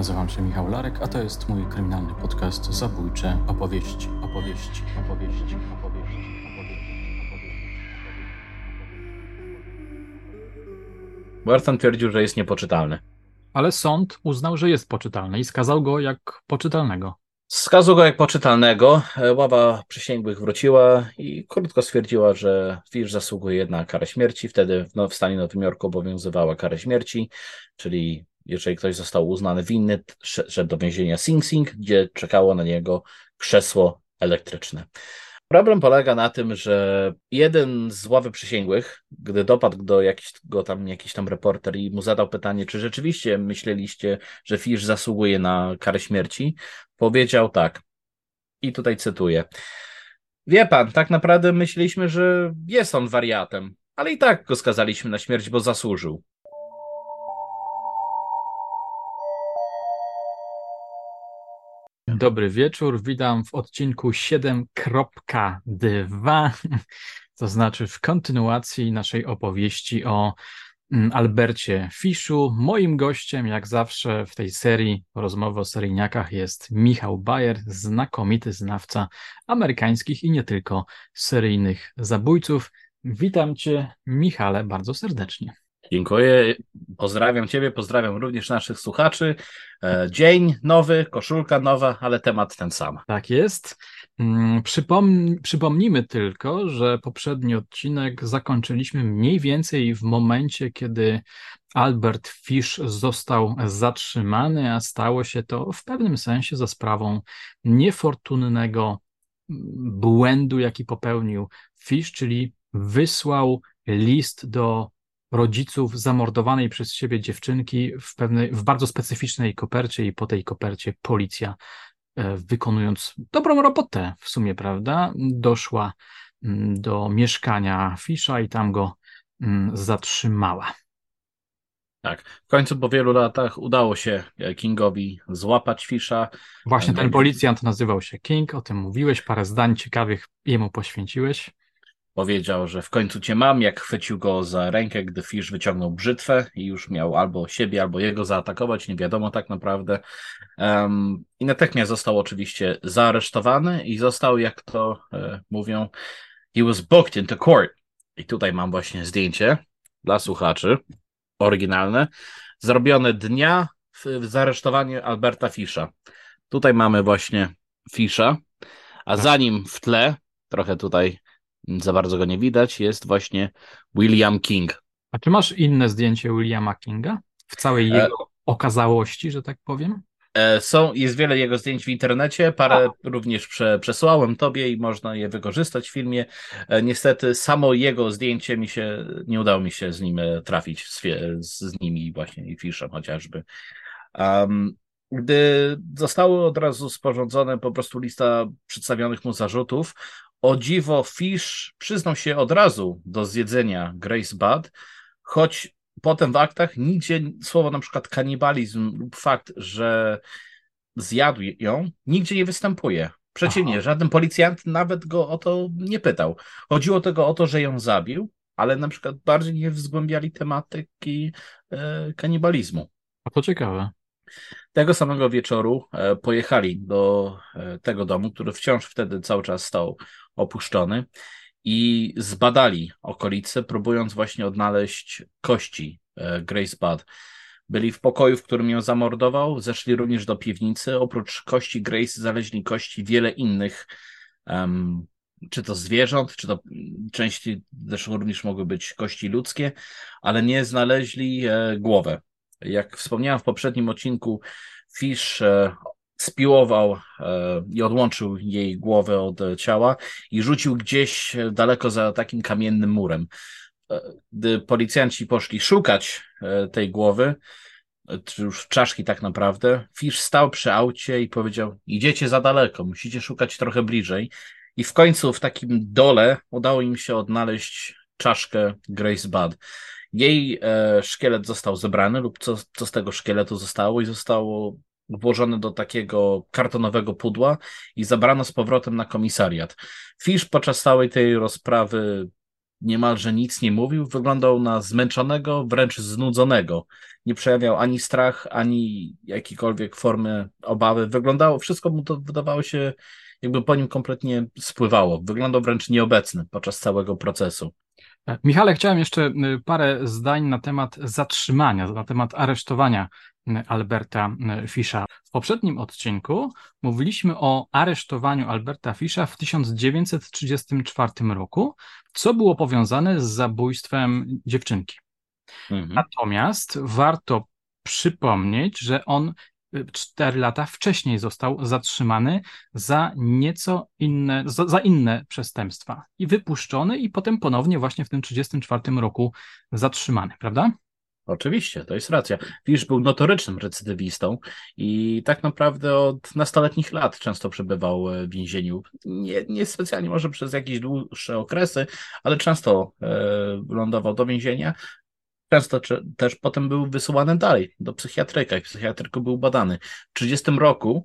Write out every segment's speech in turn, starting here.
Nazywam się Michał Larek, a to jest mój kryminalny podcast Zabójcze opowieści. Barton twierdził, że jest niepoczytalny. Ale sąd uznał, że jest poczytalny i skazał go jak poczytalnego. Skazał go jak poczytalnego, ława przysięgłych wróciła i krótko stwierdziła, że Fish zasługuje na karę śmierci. Wtedy w stanie Nowym Jorku obowiązywała kara śmierci, czyli jeżeli ktoś został uznany winny, szedł do więzienia Sing Sing, gdzie czekało na niego krzesło elektryczne. Problem polega na tym, że jeden z ławy przysięgłych, gdy dopadł jakiś tam reporter i mu zadał pytanie, czy rzeczywiście myśleliście, że Fish zasługuje na karę śmierci, powiedział tak. I tutaj cytuję. Wie pan, tak naprawdę myśleliśmy, że jest on wariatem, ale i tak go skazaliśmy na śmierć, bo zasłużył. Dobry wieczór, witam w odcinku 7.2, to znaczy w kontynuacji naszej opowieści o Albercie Fiszu. Moim gościem, jak zawsze w tej serii rozmowy o seryjniakach, jest Michał Bajer, znakomity znawca amerykańskich i nie tylko seryjnych zabójców. Witam cię, Michale, bardzo serdecznie. Dziękuję, pozdrawiam ciebie, pozdrawiam również naszych słuchaczy. Dzień nowy, koszulka nowa, ale temat ten sam. Tak jest. Przypomnijmy tylko, że poprzedni odcinek zakończyliśmy mniej więcej w momencie, kiedy Albert Fish został zatrzymany, a stało się to w pewnym sensie za sprawą niefortunnego błędu, jaki popełnił Fish, czyli wysłał list do rodziców zamordowanej przez siebie dziewczynki w bardzo specyficznej kopercie i po tej kopercie policja, wykonując dobrą robotę w sumie, prawda, doszła do mieszkania Fisha i tam go zatrzymała. Tak, w końcu po wielu latach udało się Kingowi złapać Fisha. Właśnie ten policjant nazywał się King, o tym mówiłeś, parę zdań ciekawych jemu poświęciłeś. Powiedział, że w końcu cię mam, jak chwycił go za rękę, gdy Fish wyciągnął brzytwę i już miał albo siebie, albo jego zaatakować, nie wiadomo tak naprawdę. I natychmiast został oczywiście zaaresztowany i został, jak to mówią, he was booked into court. I tutaj mam właśnie zdjęcie dla słuchaczy, oryginalne, zrobione dnia w zaresztowaniu Alberta Fisha. Tutaj mamy właśnie Fisha, a za nim w tle, trochę tutaj za bardzo go nie widać, jest właśnie William King. A czy masz inne zdjęcie Williama Kinga? W całej jego okazałości, że tak powiem? Jest wiele jego zdjęć w internecie, parę również przesłałem tobie i można je wykorzystać w filmie. Niestety samo jego zdjęcie nie udało mi się z nim trafić, z nimi właśnie i Fishem chociażby. Gdy zostały od razu sporządzone po prostu lista przedstawionych mu zarzutów, o dziwo Fish przyznał się od razu do zjedzenia Grace Budd, choć potem w aktach nigdzie słowo na przykład kanibalizm lub fakt, że zjadł ją, nigdzie nie występuje. Przeciwnie, żaden policjant nawet go o to nie pytał. Chodziło tylko o to, że ją zabił, ale na przykład bardziej nie wzgłębiali tematyki kanibalizmu. A to ciekawe. Tego samego wieczoru pojechali do tego domu, który wciąż wtedy cały czas stał opuszczony i zbadali okolice, próbując właśnie odnaleźć kości Grace Budd. Byli w pokoju, w którym ją zamordował, zeszli również do piwnicy. Oprócz kości Grace znaleźli kości wiele innych, czy to zwierząt, czy to części też również mogły być kości ludzkie, ale nie znaleźli głowę. Jak wspomniałem w poprzednim odcinku, Fish spiłował i odłączył jej głowę od ciała i rzucił gdzieś daleko za takim kamiennym murem. Gdy policjanci poszli szukać tej głowy, czy już czaszki tak naprawdę, Fish stał przy aucie i powiedział: idziecie za daleko, musicie szukać trochę bliżej. I w końcu w takim dole udało im się odnaleźć czaszkę Grace Budd. Jej szkielet został zebrany lub co z tego szkieletu zostało i zostało włożone do takiego kartonowego pudła i zabrano z powrotem na komisariat. Fish podczas całej tej rozprawy niemalże nic nie mówił, wyglądał na zmęczonego, wręcz znudzonego. Nie przejawiał ani strach, ani jakiejkolwiek formy obawy. Wszystko mu to wydawało się, jakby po nim kompletnie spływało. Wyglądał wręcz nieobecny podczas całego procesu. Michale, chciałem jeszcze parę zdań na temat zatrzymania, na temat aresztowania Alberta Fisha. W poprzednim odcinku mówiliśmy o aresztowaniu Alberta Fisha w 1934 roku, co było powiązane z zabójstwem dziewczynki. Natomiast warto przypomnieć, że on 4 lata wcześniej został zatrzymany za nieco inne, za inne przestępstwa i wypuszczony i potem ponownie właśnie w tym 1934 roku zatrzymany, prawda? Oczywiście, to jest racja. Fish był notorycznym recydywistą i tak naprawdę od nastoletnich lat często przebywał w więzieniu. Nie specjalnie może przez jakieś dłuższe okresy, ale często lądował do więzienia. Często też potem był wysyłany dalej do psychiatryka i w psychiatryku był badany. W 30 roku,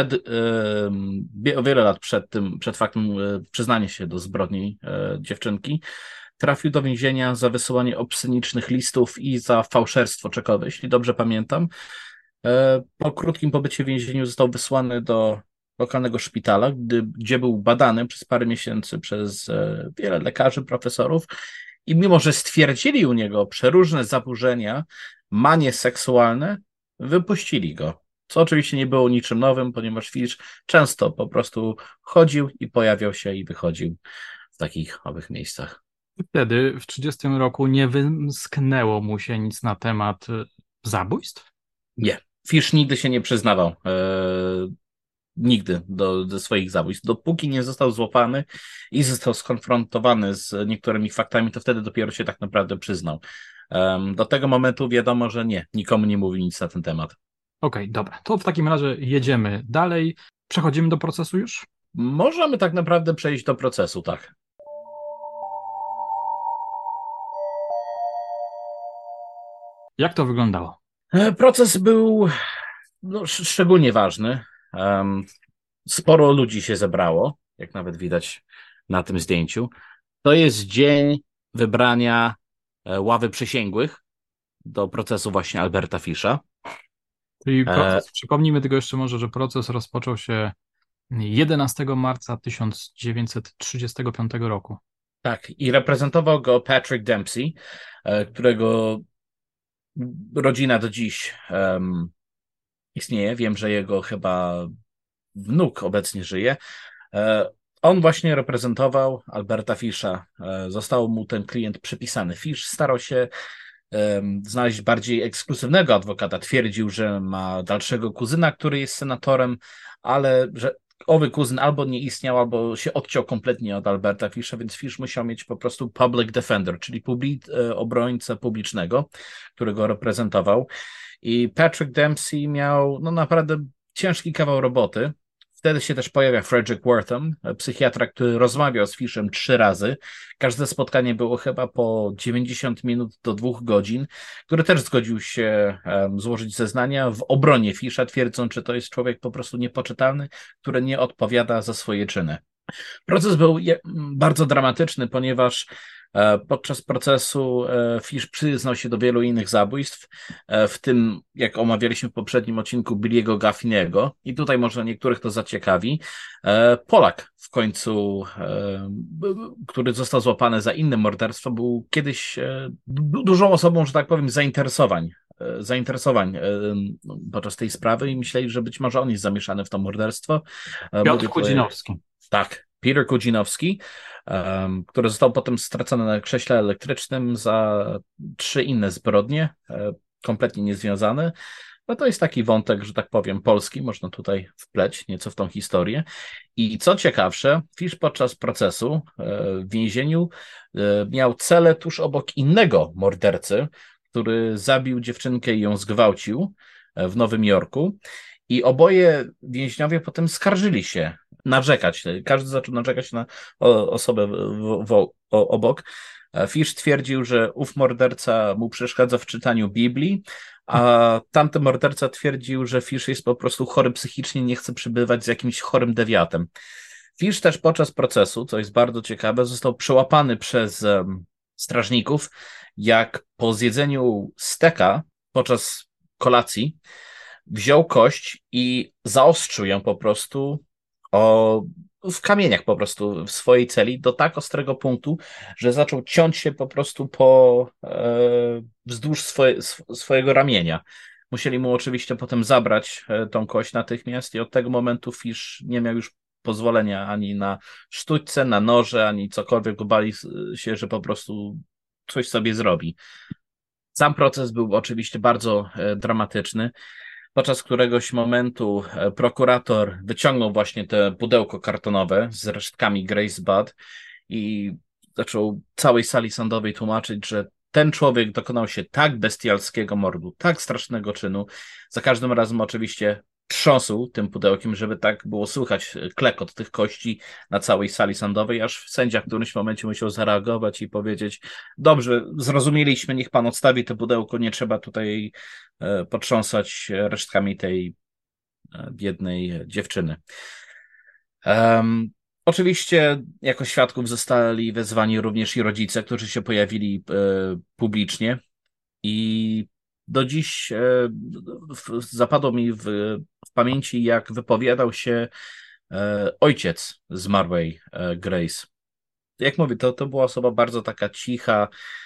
o wiele lat przed faktem przyznania się do zbrodni dziewczynki, trafił do więzienia za wysyłanie obscenicznych listów i za fałszerstwo czekowe, jeśli dobrze pamiętam. Po krótkim pobycie w więzieniu został wysłany do lokalnego szpitala, gdzie był badany przez parę miesięcy przez wiele lekarzy, profesorów. I mimo, że stwierdzili u niego przeróżne zaburzenia, manie seksualne, wypuścili go. Co oczywiście nie było niczym nowym, ponieważ Fish często po prostu chodził i pojawiał się i wychodził w takich owych miejscach. Wtedy w 30 roku nie wymsknęło mu się nic na temat zabójstw? Nie. Fish nigdy się nie przyznawał. Nigdy do swoich zabójstw. Dopóki nie został złapany i został skonfrontowany z niektórymi faktami, to wtedy dopiero się tak naprawdę przyznał. Do tego momentu wiadomo, że nie, nikomu nie mówi nic na ten temat. Okej, dobra. To w takim razie jedziemy dalej. Przechodzimy do procesu już? Możemy tak naprawdę przejść do procesu, tak. Jak to wyglądało? Proces był szczególnie ważny. Sporo ludzi się zebrało, jak nawet widać na tym zdjęciu. To jest dzień wybrania ławy przysięgłych do procesu właśnie Alberta Fisha. Czyli proces, przypomnijmy tylko jeszcze może, że proces rozpoczął się 11 marca 1935 roku. Tak, i reprezentował go Patrick Dempsey, którego rodzina do dziś istnieje. Wiem, że jego chyba wnuk obecnie żyje. On właśnie reprezentował Alberta Fisha. Został mu ten klient przypisany. Fish starał się znaleźć bardziej ekskluzywnego adwokata. Twierdził, że ma dalszego kuzyna, który jest senatorem, ale że owy kuzyn albo nie istniał, albo się odciął kompletnie od Alberta Fisha, więc Fish musiał mieć po prostu public defender, czyli obrońcę publicznego, którego reprezentował. I Patrick Dempsey miał naprawdę ciężki kawał roboty. Wtedy się też pojawia Frederick Wortham, psychiatra, który rozmawiał z Fishem 3 razy. Każde spotkanie było chyba po 90 minut do 2 godzin, który też zgodził się złożyć zeznania w obronie Fisha, twierdząc, że to jest człowiek po prostu niepoczytalny, który nie odpowiada za swoje czyny. Proces był bardzo dramatyczny, ponieważ podczas procesu Fish przyznał się do wielu innych zabójstw, w tym, jak omawialiśmy w poprzednim odcinku, Billy'ego Gaffiniego. I tutaj może niektórych to zaciekawi. Polak w końcu, który został złapany za inne morderstwo, był kiedyś dużą osobą, że tak powiem, zainteresowań podczas tej sprawy i myśleli, że być może on jest zamieszany w to morderstwo. Piotr Kudzinowski. Tak, Peter Kudzinowski, który został potem stracony na krześle elektrycznym za 3 inne zbrodnie, kompletnie niezwiązane. No to jest taki wątek, że tak powiem, polski, można tutaj wpleć nieco w tą historię. I co ciekawsze, Fish podczas procesu w więzieniu miał celę tuż obok innego mordercy, który zabił dziewczynkę i ją zgwałcił w Nowym Jorku. I oboje więźniowie potem skarżyli się, narzekać. Każdy zaczął narzekać na osobę obok. Fish twierdził, że ów morderca mu przeszkadza w czytaniu Biblii, a tamten morderca twierdził, że Fish jest po prostu chory psychicznie, nie chce przybywać z jakimś chorym dewiatem. Fish też podczas procesu, co jest bardzo ciekawe, został przełapany przez strażników, jak po zjedzeniu steka podczas kolacji wziął kość i zaostrzył ją po prostu w kamieniach po prostu w swojej celi do tak ostrego punktu, że zaczął ciąć się po prostu wzdłuż swojego ramienia. Musieli mu oczywiście potem zabrać tą kość natychmiast i od tego momentu Fish nie miał już pozwolenia ani na sztućce, na noże, ani cokolwiek, bali się, że po prostu coś sobie zrobi. Sam proces był oczywiście bardzo dramatyczny. Podczas któregoś momentu prokurator wyciągnął właśnie te pudełko kartonowe z resztkami Grace Budd i zaczął całej sali sądowej tłumaczyć, że ten człowiek dokonał się tak bestialskiego mordu, tak strasznego czynu. Za każdym razem oczywiście trząsł tym pudełkiem, żeby tak było słychać klekot tych kości na całej sali sądowej, aż sędzia w którymś momencie musiał zareagować i powiedzieć: dobrze, zrozumieliśmy, niech pan odstawi to pudełko, nie trzeba tutaj potrząsać resztkami tej biednej dziewczyny. Oczywiście jako świadków zostali wezwani również i rodzice, którzy się pojawili publicznie i do dziś zapadło mi w pamięci, jak wypowiadał się ojciec zmarłej Grace. Jak mówię, to była osoba bardzo taka cicha,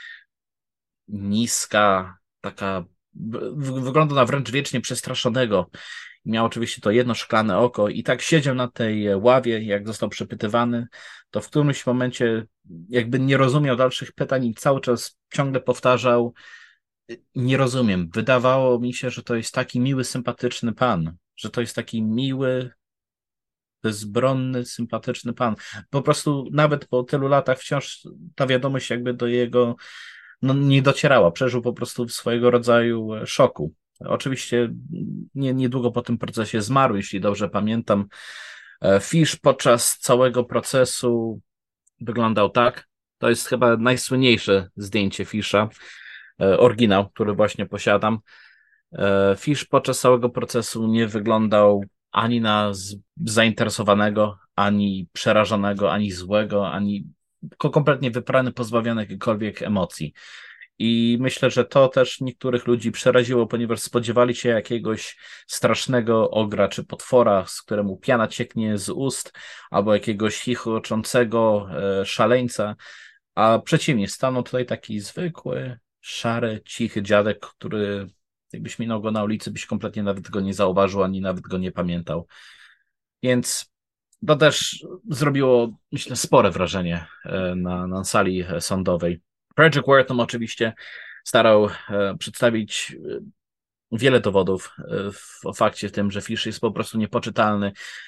niska, taka wygląda na wręcz wiecznie przestraszonego. Miał oczywiście to jedno szklane oko i tak siedział na tej ławie, jak został przepytywany, to w którymś momencie jakby nie rozumiał dalszych pytań i cały czas ciągle powtarzał: nie rozumiem. Wydawało mi się, że to jest taki miły, sympatyczny pan, że to jest taki miły, bezbronny, sympatyczny pan. Po prostu nawet po tylu latach wciąż ta wiadomość jakby do jego nie docierała. Przeżył po prostu swojego rodzaju szoku. Oczywiście niedługo po tym procesie zmarł, jeśli dobrze pamiętam. Fish podczas całego procesu wyglądał tak. To jest chyba najsłynniejsze zdjęcie Fisha, oryginał, który właśnie posiadam. Fish podczas całego procesu nie wyglądał ani na zainteresowanego, ani przerażonego, ani złego, ani kompletnie wyprany, pozbawiony jakichkolwiek emocji. I myślę, że to też niektórych ludzi przeraziło, ponieważ spodziewali się jakiegoś strasznego ogra czy potwora, z któremu piana cieknie z ust, albo jakiegoś chichoczącego szaleńca, a przeciwnie, stanął tutaj taki zwykły, szary, cichy dziadek, który jakbyś minął go na ulicy, byś kompletnie nawet go nie zauważył, ani nawet go nie pamiętał. Więc to też zrobiło, myślę, spore wrażenie na sali sądowej. Frederick Wertham oczywiście starał przedstawić wiele dowodów o fakcie tym, że Fish jest po prostu niepoczytalny.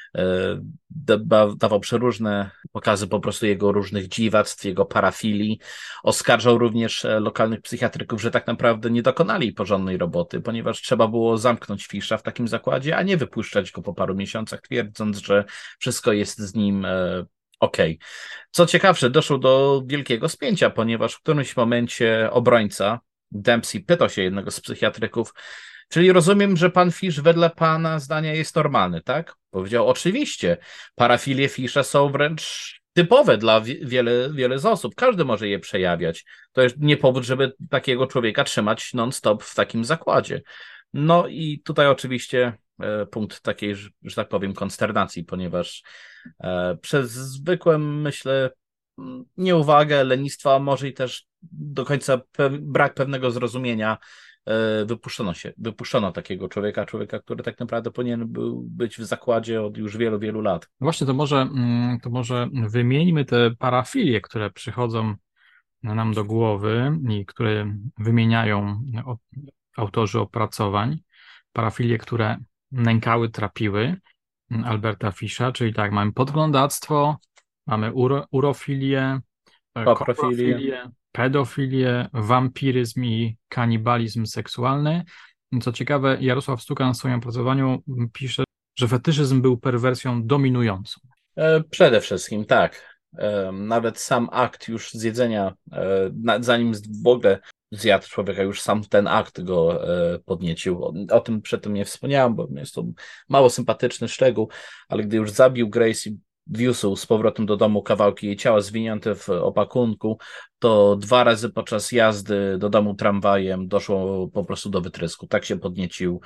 Dawał przeróżne pokazy po prostu jego różnych dziwactw, jego parafilii. Oskarżał również lokalnych psychiatryków, że tak naprawdę nie dokonali porządnej roboty, ponieważ trzeba było zamknąć Fisha w takim zakładzie, a nie wypuszczać go po paru miesiącach, twierdząc, że wszystko jest z nim okej. Co ciekawsze, doszło do wielkiego spięcia, ponieważ w którymś momencie obrońca Dempsey pytał się jednego z psychiatryków: czyli rozumiem, że pan Fish wedle pana zdania jest normalny, tak? Powiedział: oczywiście. Parafilie Fisha są wręcz typowe dla wiele z osób. Każdy może je przejawiać. To jest nie powód, żeby takiego człowieka trzymać non-stop w takim zakładzie. No i tutaj oczywiście punkt takiej, że tak powiem, konsternacji, ponieważ przez zwykłe, myślę, nieuwagę, lenistwa, a może i też do końca brak pewnego zrozumienia wypuszczono takiego człowieka, który tak naprawdę powinien był być w zakładzie od już wielu, wielu lat. Właśnie to może wymieńmy te parafilie, które przychodzą nam do głowy i które wymieniają autorzy opracowań. Parafilie, które nękały, trapiły Alberta Fisha, czyli tak, mamy podglądactwo, mamy urofilię, koprofilię, pedofilię, wampiryzm i kanibalizm seksualny. Co ciekawe, Jarosław Stukan w swoim opracowaniu pisze, że fetyszyzm był perwersją dominującą. Przede wszystkim tak. Nawet sam akt już zjedzenia, zanim w ogóle zjadł człowieka, już sam ten akt go podniecił. O tym przedtem nie wspomniałem, bo jest to mało sympatyczny szczegół, ale gdy już zabił Grace i wiózł z powrotem do domu kawałki jej ciała zwinięte w opakunku, to 2 razy podczas jazdy do domu tramwajem doszło po prostu do wytrysku. Tak się podniecił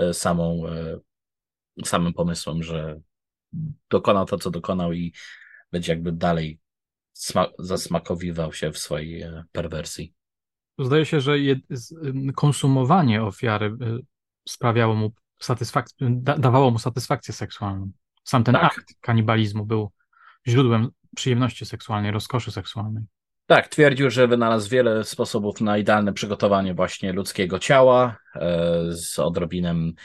samym pomysłem, że dokonał to, co dokonał i będzie jakby dalej zasmakowiwał się w swojej perwersji. Zdaje się, że konsumowanie ofiary sprawiało mu satysfakcję, dawało mu satysfakcję seksualną. Sam ten Tak. akt kanibalizmu był źródłem przyjemności seksualnej, rozkoszy seksualnej. Tak, twierdził, że wynalazł wiele sposobów na idealne przygotowanie właśnie ludzkiego ciała z odrobinem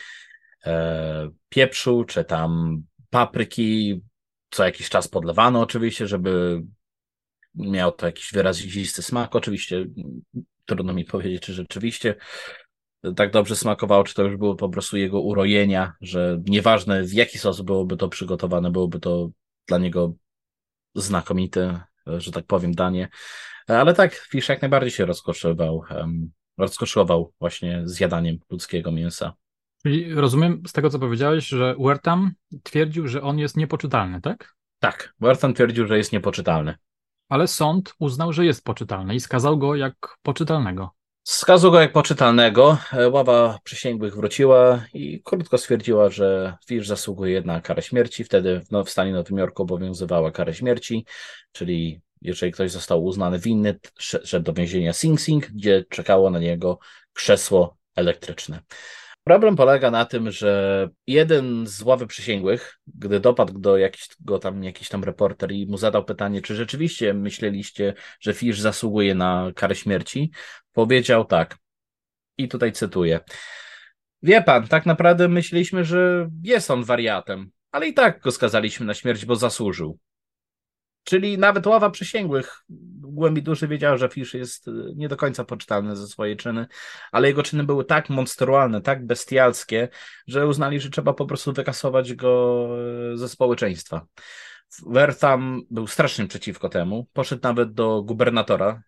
pieprzu, czy tam papryki, co jakiś czas podlewano oczywiście, żeby miał to jakiś wyrazisty smak. Oczywiście trudno mi powiedzieć, czy rzeczywiście tak dobrze smakowało, czy to już było po prostu jego urojenia, że nieważne w jaki sposób byłoby to przygotowane, byłoby to dla niego znakomite, że tak powiem, danie. Ale tak, Fish jak najbardziej się rozkoszował właśnie zjadaniem ludzkiego mięsa. Czyli rozumiem z tego, co powiedziałeś, że Wertham twierdził, że on jest niepoczytalny, tak? Tak, Wertham twierdził, że jest niepoczytalny. Ale sąd uznał, że jest poczytalny i skazał go jak poczytalnego. Skazał go jak poczytalnego, ława przysięgłych wróciła i krótko stwierdziła, że Fish zasługuje na karę śmierci. Wtedy w stanie Nowym Jorku obowiązywała kara śmierci, czyli jeżeli ktoś został uznany winny, szedł do więzienia Sing Sing, gdzie czekało na niego krzesło elektryczne. Problem polega na tym, że jeden z ławy przysięgłych, gdy dopadł jakiś tam reporter i mu zadał pytanie, czy rzeczywiście myśleliście, że Fish zasługuje na karę śmierci, powiedział tak. I tutaj cytuję. Wie pan, tak naprawdę myśleliśmy, że jest on wariatem, ale i tak go skazaliśmy na śmierć, bo zasłużył. Czyli nawet ława przysięgłych w głębi duszy wiedziała, że Fish jest nie do końca poczytalny za swoje czyny, ale jego czyny były tak monstrualne, tak bestialskie, że uznali, że trzeba po prostu wykasować go ze społeczeństwa. Wertham był strasznie przeciwko temu. Poszedł nawet do gubernatora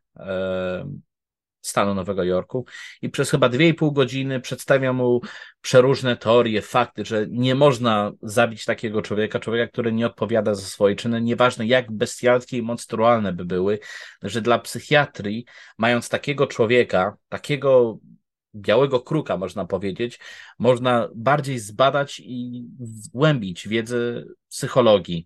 stanu Nowego Jorku i przez chyba 2,5 godziny przedstawiał mu przeróżne teorie, fakty, że nie można zabić takiego człowieka, który nie odpowiada za swoje czyny, nieważne jak bestialskie i monstrualne by były, że dla psychiatrii, mając takiego człowieka, takiego białego kruka, można powiedzieć, można bardziej zbadać i wgłębić wiedzę psychologii,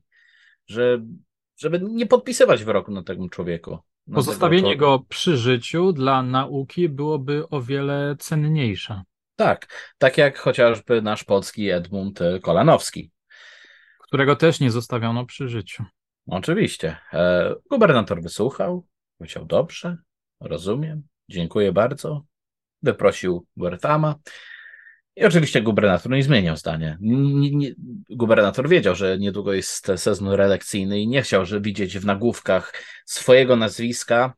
żeby nie podpisywać wyroku na tego człowieku. Pozostawienie go przy życiu dla nauki byłoby o wiele cenniejsze. Tak jak chociażby nasz polski Edmund Kolanowski. Którego też nie zostawiono przy życiu. Oczywiście. Gubernator wysłuchał, powiedział dobrze, rozumiem, dziękuję bardzo. Wyprosił Werthama. I oczywiście gubernator nie zmieniał zdania. Gubernator wiedział, że niedługo jest sezon reelekcyjny i nie chciał widzieć w nagłówkach swojego nazwiska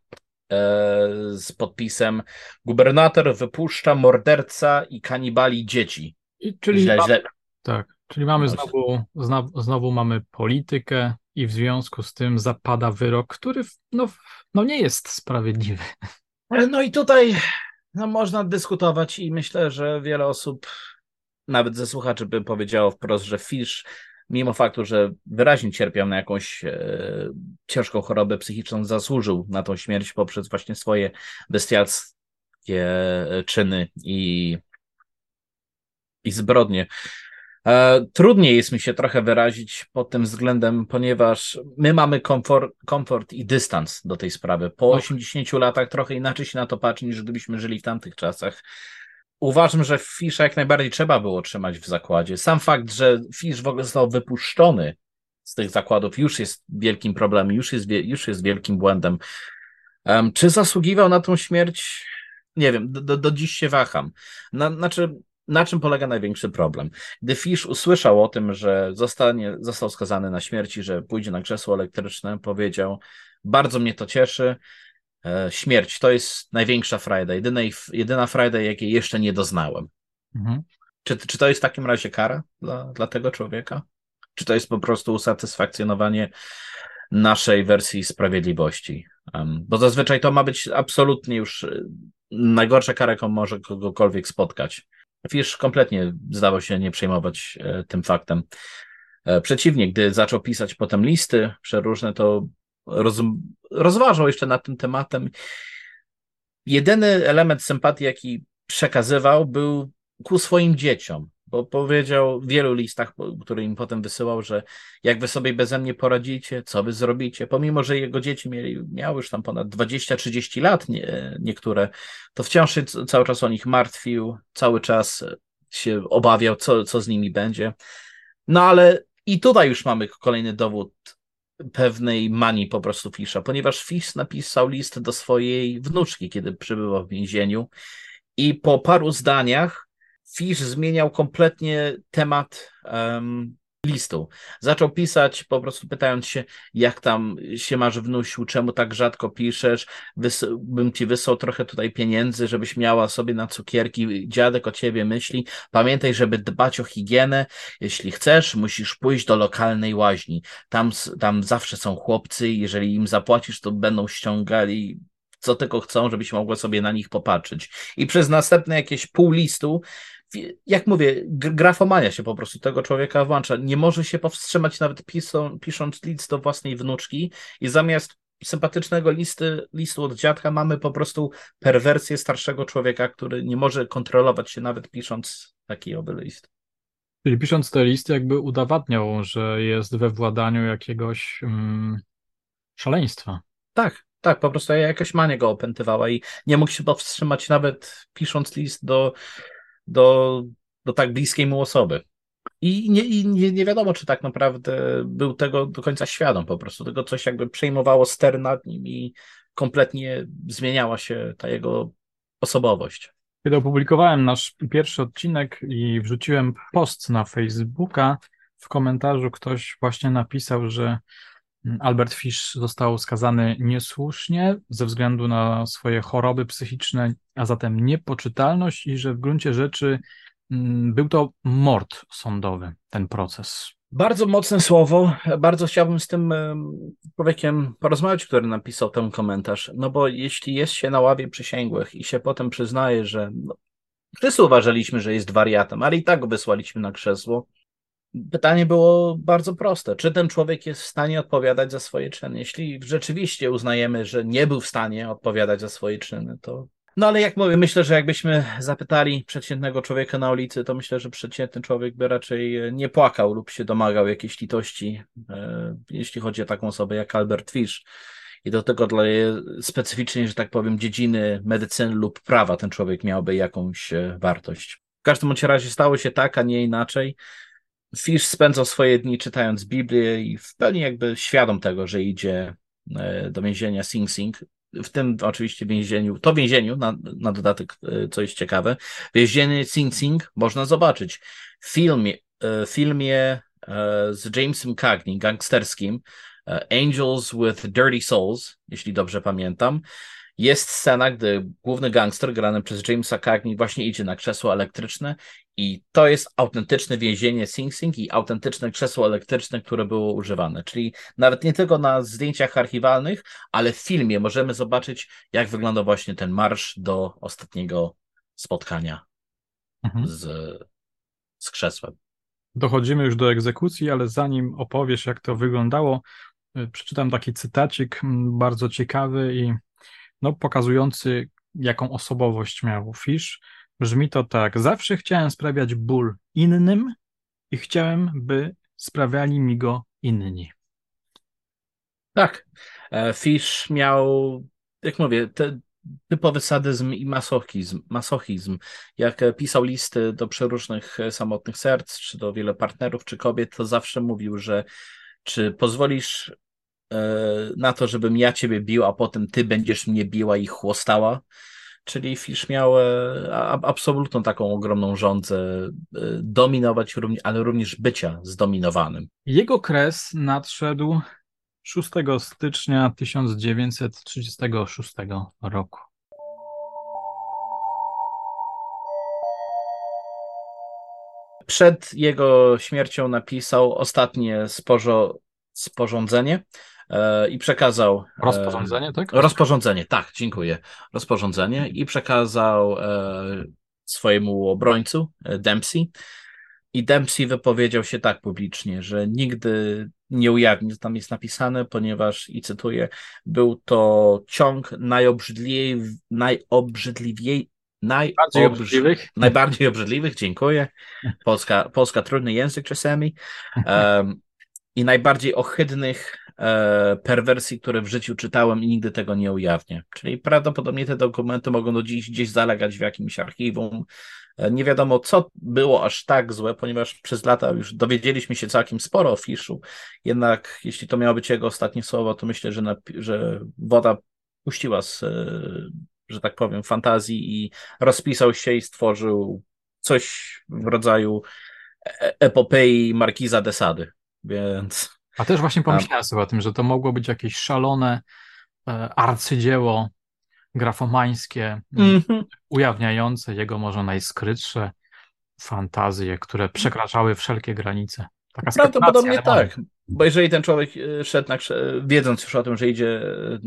z podpisem gubernator wypuszcza morderca i kanibali dzieci. Źle. Tak, czyli mamy znowu mamy politykę i w związku z tym zapada wyrok, który nie jest sprawiedliwy. No i tutaj można dyskutować i myślę, że wiele osób, nawet ze słuchaczy, by powiedziało wprost, że Fish, mimo faktu, że wyraźnie cierpiał na jakąś ciężką chorobę psychiczną, zasłużył na tą śmierć poprzez właśnie swoje bestialskie czyny i zbrodnie. Trudniej jest mi się trochę wyrazić pod tym względem, ponieważ my mamy komfort i dystans do tej sprawy. Po 80 latach trochę inaczej się na to patrzy, niż gdybyśmy żyli w tamtych czasach. Uważam, że Fisha jak najbardziej trzeba było trzymać w zakładzie. Sam fakt, że Fish w ogóle został wypuszczony z tych zakładów już jest wielkim problemem, już jest wielkim błędem. Czy zasługiwał na tą śmierć? Nie wiem, do dziś się waham. Na czym polega największy problem? Gdy Fish usłyszał o tym, że został skazany na śmierć i że pójdzie na krzesło elektryczne, powiedział, bardzo mnie to cieszy, śmierć to jest największa frajda, jedyna frajda, jakiej jeszcze nie doznałem. Mhm. Czy to jest w takim razie kara dla tego człowieka? Czy to jest po prostu usatysfakcjonowanie naszej wersji sprawiedliwości? Bo zazwyczaj to ma być absolutnie już najgorsza kara, jaką może kogokolwiek spotkać. Fish kompletnie zdawał się nie przejmować tym faktem. Przeciwnie, gdy zaczął pisać potem listy przeróżne, to rozważał jeszcze nad tym tematem. Jedyny element sympatii, jaki przekazywał, był ku swoim dzieciom, bo powiedział w wielu listach, które im potem wysyłał, że jak wy sobie beze mnie poradzicie, co wy zrobicie, pomimo, że jego dzieci miały już tam ponad 20-30 lat niektóre, to wciąż się cały czas o nich martwił, cały czas się obawiał, co z nimi będzie. No ale i tutaj już mamy kolejny dowód pewnej manii po prostu Fisha, ponieważ Fish napisał list do swojej wnuczki, kiedy przebywał w więzieniu i po paru zdaniach Fish zmieniał kompletnie temat listu. Zaczął pisać po prostu pytając się, jak tam się masz, wnusiu, czemu tak rzadko piszesz, bym ci wysłał trochę tutaj pieniędzy, żebyś miała sobie na cukierki, dziadek o ciebie myśli, pamiętaj, żeby dbać o higienę, jeśli chcesz, musisz pójść do lokalnej łaźni, tam zawsze są chłopcy, jeżeli im zapłacisz, to będą ściągali co tylko chcą, żebyś mogła sobie na nich popatrzeć. I przez następne jakieś pół listu, jak mówię, grafomania się po prostu tego człowieka włącza. Nie może się powstrzymać nawet pisząc list do własnej wnuczki i zamiast sympatycznego listu od dziadka mamy po prostu perwersję starszego człowieka, który nie może kontrolować się nawet pisząc taki oby list. Czyli pisząc te listy jakby udowadniał, że jest we władaniu jakiegoś szaleństwa. Tak, tak, po prostu jakaś mania go opętywała i nie mógł się powstrzymać nawet pisząc list do tak bliskiej mu osoby. I nie wiadomo, czy tak naprawdę był tego do końca świadom po prostu. Tego coś jakby przejmowało ster nad nim i kompletnie zmieniała się ta jego osobowość. Kiedy opublikowałem nasz pierwszy odcinek i wrzuciłem post na Facebooka, w komentarzu ktoś właśnie napisał, że Albert Fish został skazany niesłusznie ze względu na swoje choroby psychiczne, a zatem niepoczytalność i że w gruncie rzeczy był to mord sądowy, ten proces. Bardzo mocne słowo. Bardzo chciałbym z tym człowiekiem porozmawiać, który napisał ten komentarz. No bo jeśli jest się na ławie przysięgłych i się potem przyznaje, że wszyscy uważaliśmy, że jest wariatem, ale i tak go wysłaliśmy na krzesło. Pytanie było bardzo proste. Czy ten człowiek jest w stanie odpowiadać za swoje czyny? Jeśli rzeczywiście uznajemy, że nie był w stanie odpowiadać za swoje czyny, to... No ale jak mówię, myślę, że jakbyśmy zapytali przeciętnego człowieka na ulicy, to myślę, że przeciętny człowiek by raczej nie płakał lub się domagał jakiejś litości, jeśli chodzi o taką osobę jak Albert Fish. I do tego dla specyficznie, że tak powiem, dziedziny medycyny lub prawa ten człowiek miałby jakąś wartość. W każdym bądź razie stało się tak, a nie inaczej. Fish spędzał swoje dni czytając Biblię i w pełni jakby świadom tego, że idzie do więzienia Sing Sing. W tym oczywiście więzieniu, na dodatek, co jest ciekawe, więzienie Sing Sing można zobaczyć w filmie z Jamesem Cagney, gangsterskim, Angels with Dirty Souls, jeśli dobrze pamiętam. Jest scena, gdy główny gangster grany przez Jamesa Cagney właśnie idzie na krzesło elektryczne i to jest autentyczne więzienie Sing Sing i autentyczne krzesło elektryczne, które było używane. Czyli nawet nie tylko na zdjęciach archiwalnych, ale w filmie możemy zobaczyć, jak wygląda właśnie ten marsz do ostatniego spotkania z krzesłem. Dochodzimy już do egzekucji, ale zanim opowiesz, jak to wyglądało, przeczytam taki cytacik bardzo ciekawy i pokazujący, jaką osobowość miał Fish. Brzmi to tak: zawsze chciałem sprawiać ból innym i chciałem, by sprawiali mi go inni. Tak. Fish miał, jak mówię, typowy sadyzm i masochizm. Jak pisał listy do przeróżnych samotnych serc, czy do wielu partnerów, czy kobiet, to zawsze mówił, że czy pozwolisz na to, żebym ja ciebie bił, a potem ty będziesz mnie biła i chłostała. Czyli Fish miał absolutną taką ogromną żądzę dominować, ale również bycia zdominowanym. Jego kres nadszedł 6 stycznia 1936 roku. Przed jego śmiercią napisał ostatnie sporządzenie i przekazał... Rozporządzenie, tak? Rozporządzenie, tak, dziękuję. Rozporządzenie i przekazał swojemu obrońcu, Dempsey. I Dempsey wypowiedział się tak publicznie, że nigdy nie ujawni, co tam jest napisane, ponieważ, i cytuję, był to ciąg Bardziej obrzydliwych. najbardziej obrzydliwych, dziękuję. Polska trudny język czasami. I najbardziej ohydnych perwersji, które w życiu czytałem i nigdy tego nie ujawnię. Czyli prawdopodobnie te dokumenty mogą do dziś gdzieś zalegać w jakimś archiwum. Nie wiadomo, co było aż tak złe, ponieważ przez lata już dowiedzieliśmy się całkiem sporo o Fiszu. Jednak jeśli to miało być jego ostatnie słowo, to myślę, że woda puściła że tak powiem, fantazji i rozpisał się i stworzył coś w rodzaju epopei Markiza de Sady. Więc... A też właśnie pomyślałem sobie o tym, że to mogło być jakieś szalone arcydzieło grafomańskie, ujawniające jego może najskrytsze fantazje, które przekraczały wszelkie granice. Taka spekulacja, Prawdopodobnie ale może. tak, bo jeżeli ten człowiek szedł, wiedząc już o tym, że idzie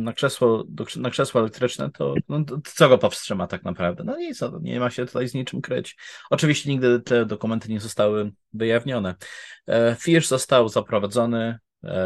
na krzesło elektryczne, to co go powstrzyma tak naprawdę? No nic, nie ma się tutaj z niczym kryć. Oczywiście nigdy te dokumenty nie zostały wyjawnione. Fish został zaprowadzony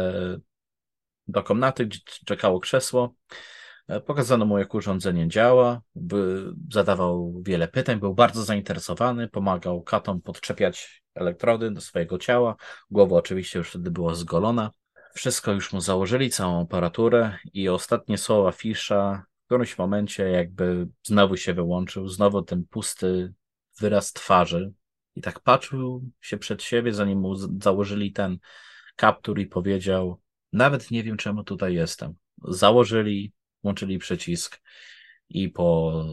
do komnaty, gdzie czekało krzesło. Pokazano mu, jak urządzenie działa, zadawał wiele pytań, był bardzo zainteresowany, pomagał katom podczepiać elektrody do swojego ciała. Głowa oczywiście już wtedy była zgolona. Wszystko już mu założyli, całą aparaturę i ostatnie słowa Fisha w którymś momencie jakby znowu się wyłączył, znowu ten pusty wyraz twarzy i tak patrzył się przed siebie, zanim mu założyli ten kaptur i powiedział: nawet nie wiem, czemu tutaj jestem. Założyli, włączyli przycisk i po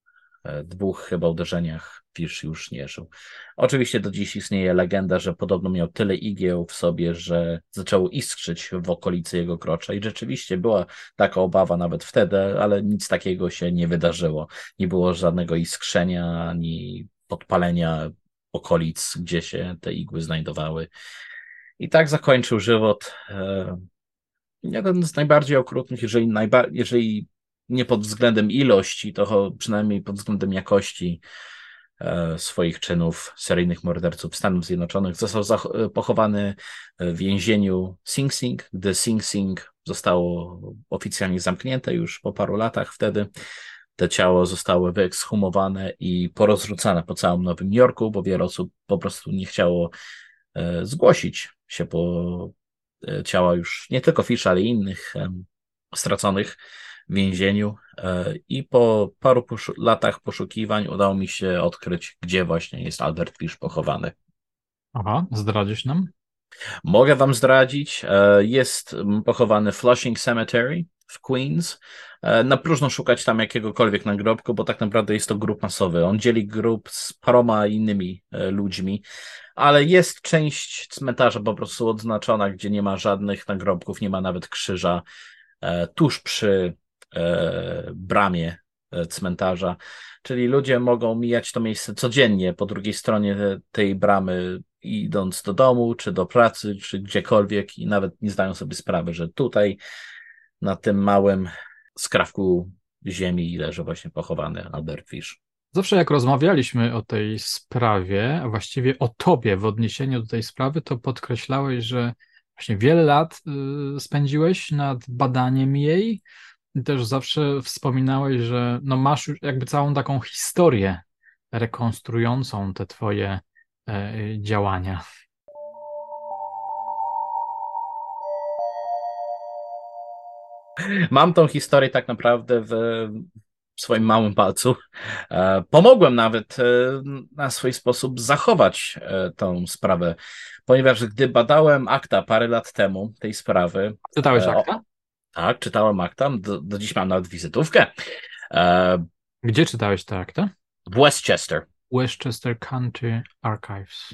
2 chyba uderzeniach Fish już nie żył. Oczywiście do dziś istnieje legenda, że podobno miał tyle igieł w sobie, że zaczęło iskrzyć w okolicy jego krocza i rzeczywiście była taka obawa nawet wtedy, ale nic takiego się nie wydarzyło. Nie było żadnego iskrzenia ani podpalenia okolic, gdzie się te igły znajdowały. I tak zakończył żywot jeden z najbardziej okrutnych, jeżeli nie pod względem ilości, to przynajmniej pod względem jakości swoich czynów seryjnych morderców Stanów Zjednoczonych. Został pochowany w więzieniu Sing Sing, gdy Sing Sing zostało oficjalnie zamknięte już po paru latach wtedy. Te ciało zostały wyekshumowane i porozrzucane po całym Nowym Jorku, bo wiele osób po prostu nie chciało zgłosić się po ciała już nie tylko Fisha, ale i innych straconych w więzieniu. I po paru latach poszukiwań udało mi się odkryć, gdzie właśnie jest Albert Fish pochowany. Aha, zdradzisz nam? Mogę wam zdradzić. Jest pochowany w Flushing Cemetery w Queens. Na próżno szukać tam jakiegokolwiek nagrobku, bo tak naprawdę jest to grób masowy. On dzieli grób z paroma innymi ludźmi, ale jest część cmentarza po prostu odznaczona, gdzie nie ma żadnych nagrobków, nie ma nawet krzyża, tuż przy bramie cmentarza. Czyli ludzie mogą mijać to miejsce codziennie po drugiej stronie tej bramy, idąc do domu, czy do pracy, czy gdziekolwiek i nawet nie zdają sobie sprawy, że tutaj na tym małym skrawku ziemi leży właśnie pochowany Albert Fish. Zawsze jak rozmawialiśmy o tej sprawie, a właściwie o tobie w odniesieniu do tej sprawy, to podkreślałeś, że właśnie wiele lat spędziłeś nad badaniem jej. I też zawsze wspominałeś, że no masz już jakby całą taką historię rekonstruującą te twoje działania. Mam tą historię tak naprawdę w swoim małym palcu. Pomogłem nawet na swój sposób zachować tą sprawę, ponieważ gdy badałem akta parę lat temu tej sprawy... Czytałeś akta? Tak, czytałem akta. Do dziś mam nawet wizytówkę. Gdzie czytałeś te akta? W Westchester. Westchester County Archives.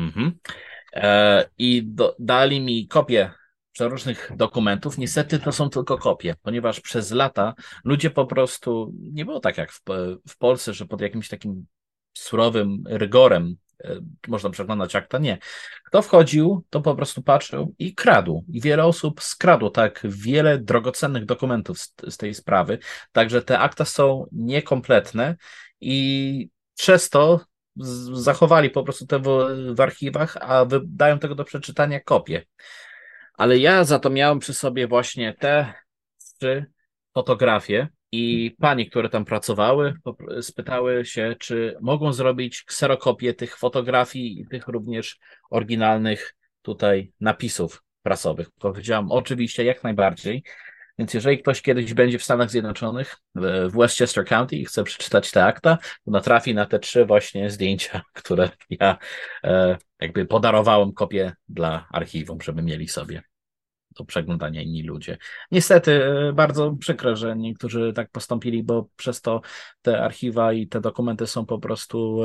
I dali mi kopię przeróżnych dokumentów. Niestety to są tylko kopie, ponieważ przez lata ludzie po prostu, nie było tak jak w Polsce, że pod jakimś takim surowym rygorem można przeglądać akta. Nie. Kto wchodził, to po prostu patrzył i kradł. I wiele osób skradło tak wiele drogocennych dokumentów z tej sprawy. Także te akta są niekompletne i przez to zachowali po prostu te w archiwach, a wydają tego do przeczytania kopie. Ale ja za to miałem przy sobie właśnie te 3 fotografie i panie, które tam pracowały, spytały się, czy mogą zrobić kserokopię tych fotografii i tych również oryginalnych tutaj napisów prasowych. Powiedziałam, oczywiście, jak najbardziej. Więc jeżeli ktoś kiedyś będzie w Stanach Zjednoczonych, w Westchester County i chce przeczytać te akta, to natrafi na te 3 właśnie zdjęcia, które ja jakby podarowałem kopię dla archiwum, żeby mieli sobie do przeglądania inni ludzie. Niestety bardzo przykre, że niektórzy tak postąpili, bo przez to te archiwa i te dokumenty są po prostu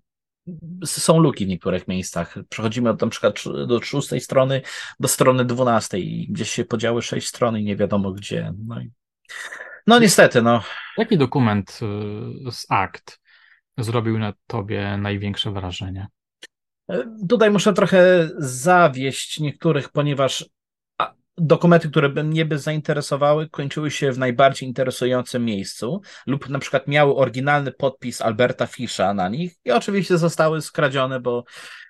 są luki w niektórych miejscach. Przechodzimy od na przykład do 6 strony do strony 12 i gdzieś się podziały 6 stron i nie wiadomo gdzie. No niestety, no. Jaki dokument z akt zrobił na tobie największe wrażenie? Tutaj muszę trochę zawieść niektórych, ponieważ dokumenty, które by mnie zainteresowały, kończyły się w najbardziej interesującym miejscu lub na przykład miały oryginalny podpis Alberta Fisha na nich i oczywiście zostały skradzione, bo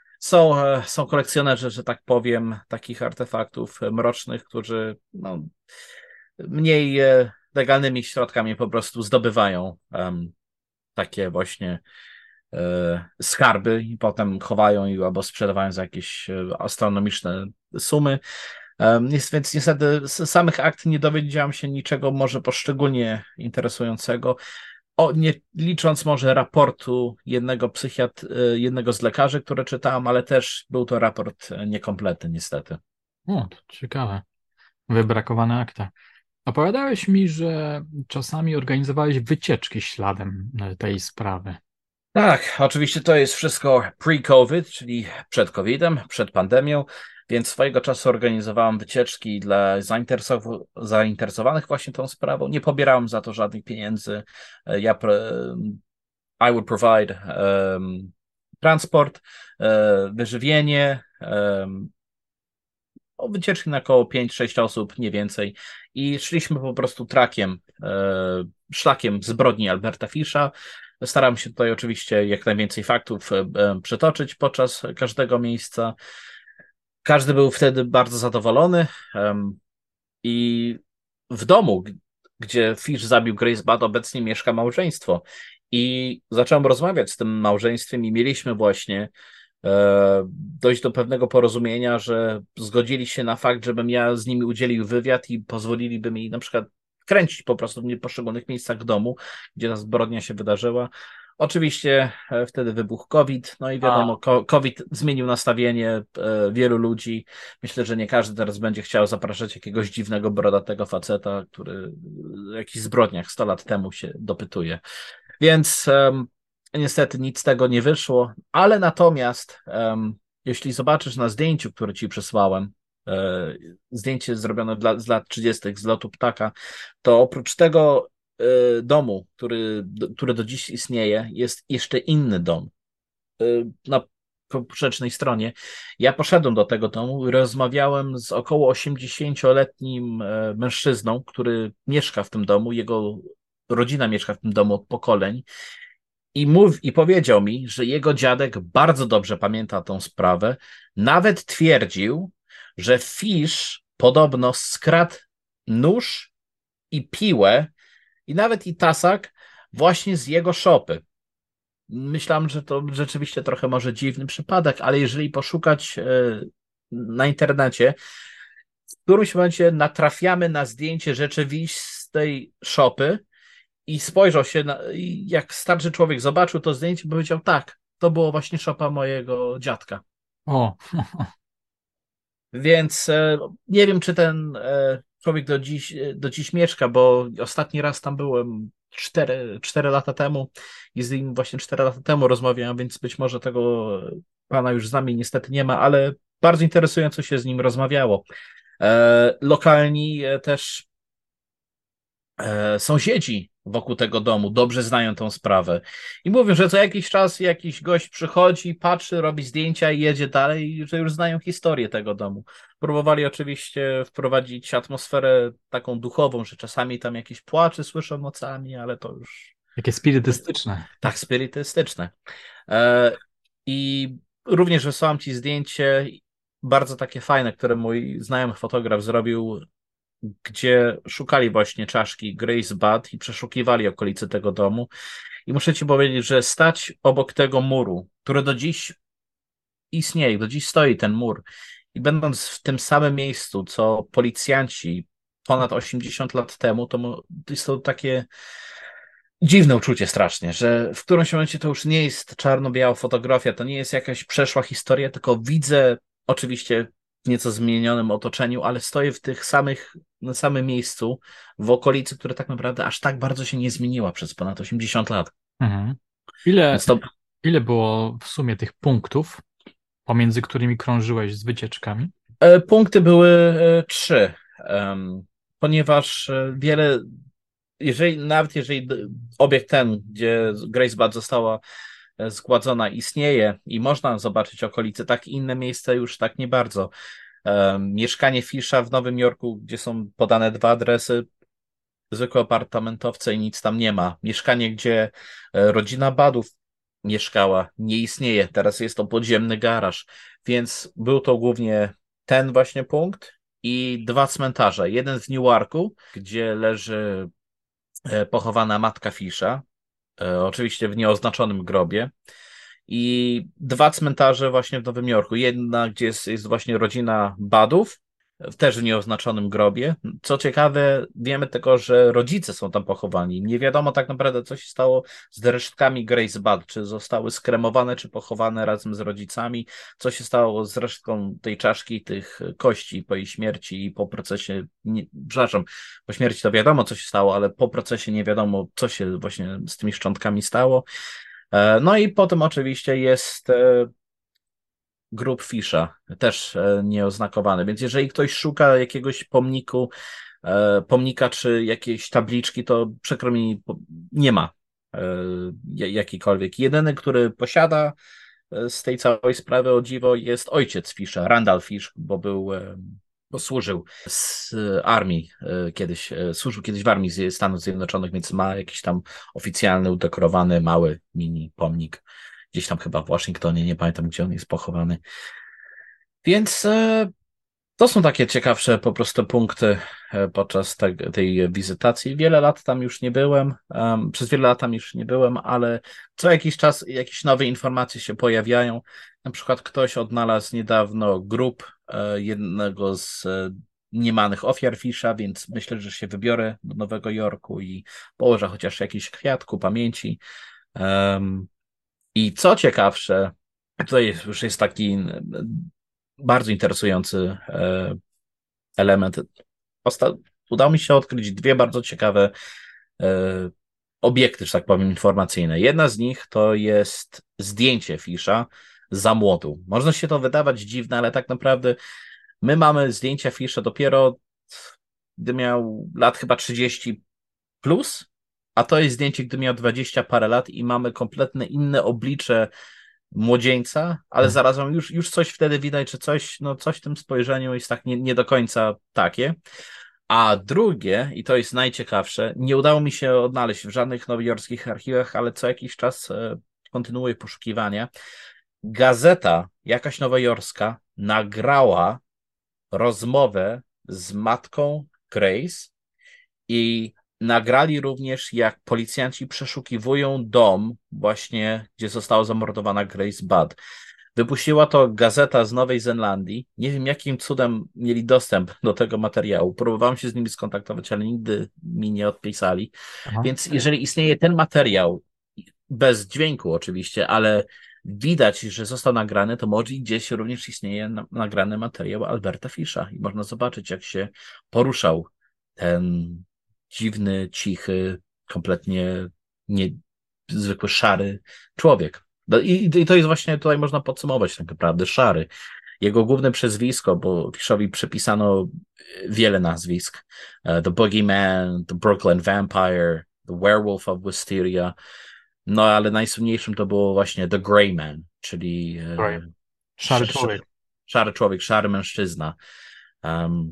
są kolekcjonerzy, że tak powiem, takich artefaktów mrocznych, którzy no, mniej legalnymi środkami po prostu zdobywają takie właśnie skarby i potem chowają i albo sprzedawają za jakieś astronomiczne sumy. Więc niestety z samych akt nie dowiedziałam się niczego może szczególnie interesującego. Nie licząc może raportu jednego z lekarzy, które czytałam, ale też był to raport niekompletny niestety. O, to ciekawe. Wybrakowane akta. Opowiadałeś mi, że czasami organizowałeś wycieczki śladem tej sprawy. Tak, oczywiście to jest wszystko pre-COVID, czyli przed COVID-em, przed pandemią, więc swojego czasu organizowałem wycieczki dla zainteresowanych właśnie tą sprawą. Nie pobierałem za to żadnych pieniędzy. I would provide transport, wyżywienie, wycieczki na około 5-6 osób, nie więcej. I szliśmy po prostu szlakiem zbrodni Alberta Fisha. Staram się tutaj oczywiście jak najwięcej faktów przytoczyć podczas każdego miejsca. Każdy był wtedy bardzo zadowolony i w domu, gdzie Fish zabił Grace Budd, obecnie mieszka małżeństwo. I zacząłem rozmawiać z tym małżeństwem i mieliśmy właśnie dojść do pewnego porozumienia, że zgodzili się na fakt, żebym ja z nimi udzielił wywiad i pozwoliliby mi na przykład kręcić po prostu w poszczególnych miejscach domu, gdzie ta zbrodnia się wydarzyła. Oczywiście wtedy wybuchł COVID, no i wiadomo, COVID zmienił nastawienie wielu ludzi. Myślę, że nie każdy teraz będzie chciał zapraszać jakiegoś dziwnego, brodatego faceta, który w jakichś zbrodniach 100 lat temu się dopytuje. Więc niestety nic z tego nie wyszło, ale natomiast jeśli zobaczysz na zdjęciu, które ci przesłałem, zdjęcie zrobione z lat 30. z lotu ptaka, to oprócz tego domu, który do dziś istnieje, jest jeszcze inny dom na poprzecznej stronie. Ja poszedłem do tego domu i rozmawiałem z około 80-letnim mężczyzną, który mieszka w tym domu, jego rodzina mieszka w tym domu od pokoleń i powiedział mi, że jego dziadek bardzo dobrze pamięta tą sprawę, nawet twierdził, że Fish podobno skradł nóż i piłę i nawet i tasak właśnie z jego szopy. Myślałem, że to rzeczywiście trochę może dziwny przypadek, ale jeżeli poszukać na internecie, w którymś momencie natrafiamy na zdjęcie rzeczywistej szopy i spojrzał się, jak starszy człowiek zobaczył to zdjęcie, powiedział, tak, to było właśnie szopa mojego dziadka. O, Więc nie wiem, czy ten człowiek do dziś mieszka, bo ostatni raz tam byłem 4 lata temu i z nim właśnie 4 lata temu rozmawiałem, więc być może tego pana już z nami niestety nie ma, ale bardzo interesująco się z nim rozmawiało. Lokalni też sąsiedzi wokół tego domu dobrze znają tą sprawę i mówią, że co jakiś czas jakiś gość przychodzi, patrzy, robi zdjęcia i jedzie dalej, i że już znają historię tego domu. Próbowali oczywiście wprowadzić atmosferę taką duchową, że czasami tam jakieś płacze słyszą nocami, ale to już Jakie spirytystyczne. Tak, spirytystyczne. E, I również wysłałem ci zdjęcie, bardzo takie fajne, które mój znajomy fotograf zrobił, gdzie szukali właśnie czaszki Grace Budd i przeszukiwali okolice tego domu. I muszę ci powiedzieć, że stać obok tego muru, który do dziś istnieje, do dziś stoi ten mur, i będąc w tym samym miejscu, co policjanci ponad 80 lat temu, to jest to takie dziwne uczucie strasznie, że w którymś momencie to już nie jest czarno-biała fotografia, to nie jest jakaś przeszła historia, tylko widzę oczywiście w nieco zmienionym otoczeniu, ale stoję w tych samych, na samym miejscu, w okolicy, która tak naprawdę aż tak bardzo się nie zmieniła przez ponad 80 lat. Mhm. Ile, Więc to ile było w sumie tych punktów, pomiędzy którymi krążyłeś z wycieczkami? punkty były trzy, ponieważ wiele, nawet jeżeli obiekt ten, gdzie Grace Budd została zgładzona, istnieje i można zobaczyć okolice, tak inne miejsca już tak nie bardzo. Mieszkanie Fisha w Nowym Jorku, gdzie są podane dwa adresy, zwykłe apartamentowce i nic tam nie ma. Mieszkanie, gdzie rodzina Badów mieszkała, nie istnieje. Teraz jest to podziemny garaż, więc był to głównie ten właśnie punkt i dwa cmentarze. Jeden w Newarku, gdzie leży pochowana matka Fisha, oczywiście w nieoznaczonym grobie. I dwa cmentarze właśnie w Nowym Jorku. Jedna, gdzie jest właśnie rodzina Badów, też w nieoznaczonym grobie. Co ciekawe, wiemy tylko, że rodzice są tam pochowani. Nie wiadomo tak naprawdę, co się stało z resztkami Grace Budd, czy zostały skremowane, czy pochowane razem z rodzicami, co się stało z resztką tej czaszki, tych kości po jej śmierci i po procesie, nie, przepraszam, po śmierci to wiadomo, co się stało, ale po procesie nie wiadomo, co się właśnie z tymi szczątkami stało. No i potem oczywiście jest grób Fisha, też nieoznakowany, więc jeżeli ktoś szuka jakiegoś pomnika czy jakiejś tabliczki, to przykro mi, nie ma jakiejkolwiek. Jedyny, który posiada z tej całej sprawy, o dziwo, jest ojciec Fisha, Randall Fish, bo służył z armii kiedyś, służył kiedyś w armii Stanów Zjednoczonych, więc ma jakiś tam oficjalny, udekorowany, mały mini pomnik. Gdzieś tam chyba w Waszyngtonie, nie pamiętam, gdzie on jest pochowany. Więc to są takie ciekawsze po prostu punkty podczas tej wizytacji. Wiele lat tam już nie byłem, przez wiele lat tam już nie byłem, ale co jakiś czas jakieś nowe informacje się pojawiają. Na przykład ktoś odnalazł niedawno grób jednego z niemanych ofiar Fisha, więc myślę, że się wybiorę do Nowego Jorku i położę chociaż jakiś kwiat ku pamięci. I co ciekawsze, tutaj już jest taki bardzo interesujący element. Udało mi się odkryć dwie bardzo ciekawe e, obiekty, że tak powiem, informacyjne. Jedna z nich to jest zdjęcie Fisha za młodu. Można się to wydawać dziwne, ale tak naprawdę my mamy zdjęcia Fisha dopiero gdy miał lat chyba 30 plus, a to jest zdjęcie, gdy miał 20 parę lat i mamy kompletnie inne oblicze młodzieńca, ale Mhm. zarazem już coś wtedy widać, że coś, no coś w tym spojrzeniu jest tak nie do końca takie. A drugie, i to jest najciekawsze, nie udało mi się odnaleźć w żadnych nowojorskich archiwach, ale co jakiś czas kontynuuję poszukiwania. Gazeta jakaś nowojorska nagrała rozmowę z matką Grace i nagrali również, jak policjanci przeszukiwują dom właśnie, gdzie została zamordowana Grace Budd. Wypuściła to gazeta z Nowej Zelandii. Nie wiem, jakim cudem mieli dostęp do tego materiału. Próbowałem się z nimi skontaktować, ale nigdy mi nie odpisali. Aha. Więc jeżeli istnieje ten materiał, bez dźwięku oczywiście, ale widać, że został nagrany, to może gdzieś również istnieje nagrany materiał Alberta Fisha i można zobaczyć, jak się poruszał ten dziwny, cichy, kompletnie niezwykły, szary człowiek. No I to jest właśnie, tutaj można podsumować tak naprawdę, szary. Jego główne przezwisko, bo Fishowi przypisano wiele nazwisk. The Boogeyman, The Brooklyn Vampire, The Werewolf of Wisteria. No ale najsłynniejszym to było właśnie The Grey Man, czyli Słuchaj, szary człowiek. szary człowiek, szary mężczyzna. Um,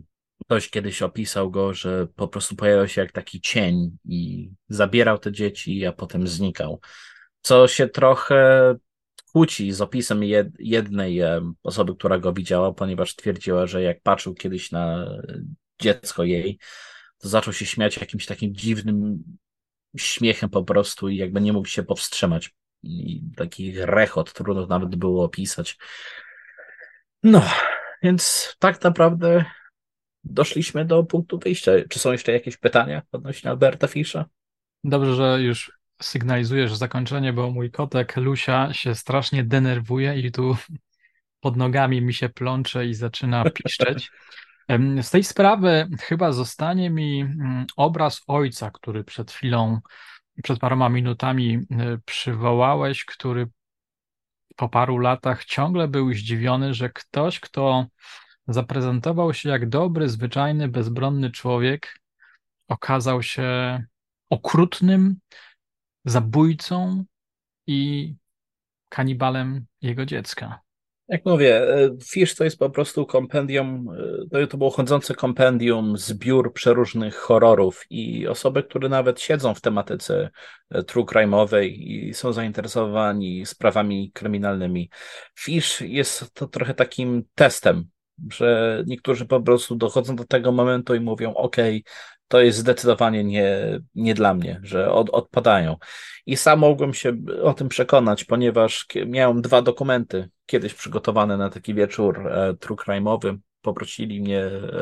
Ktoś kiedyś opisał go, że po prostu pojawiał się jak taki cień i zabierał te dzieci, a potem znikał. Co się trochę kłóci z opisem jednej osoby, która go widziała, ponieważ twierdziła, że jak patrzył kiedyś na dziecko jej, to zaczął się śmiać jakimś takim dziwnym śmiechem po prostu i jakby nie mógł się powstrzymać. I taki rechot, trudno nawet było opisać. No, więc tak naprawdę doszliśmy do punktu wyjścia. Czy są jeszcze jakieś pytania odnośnie Alberta Fisza? Dobrze, że już sygnalizujesz zakończenie, bo mój kotek Lusia się strasznie denerwuje i tu pod nogami mi się plącze i zaczyna piszczeć. Z tej sprawy chyba zostanie mi obraz ojca, który przed chwilą, przed paroma minutami przywołałeś, który po paru latach ciągle był zdziwiony, że ktoś, kto zaprezentował się jak dobry, zwyczajny, bezbronny człowiek, okazał się okrutnym zabójcą i kanibalem jego dziecka. Jak mówię, Fish to jest po prostu kompendium, to było chodzące kompendium, zbiór przeróżnych horrorów i osoby, które nawet siedzą w tematyce true crime'owej i są zainteresowani sprawami kryminalnymi. Fish jest to trochę takim testem, że niektórzy po prostu dochodzą do tego momentu i mówią, OK, to jest zdecydowanie nie dla mnie, że odpadają. I sam mogłem się o tym przekonać, ponieważ miałem dwa dokumenty kiedyś przygotowane na taki wieczór true crime'owy. Poprosili mnie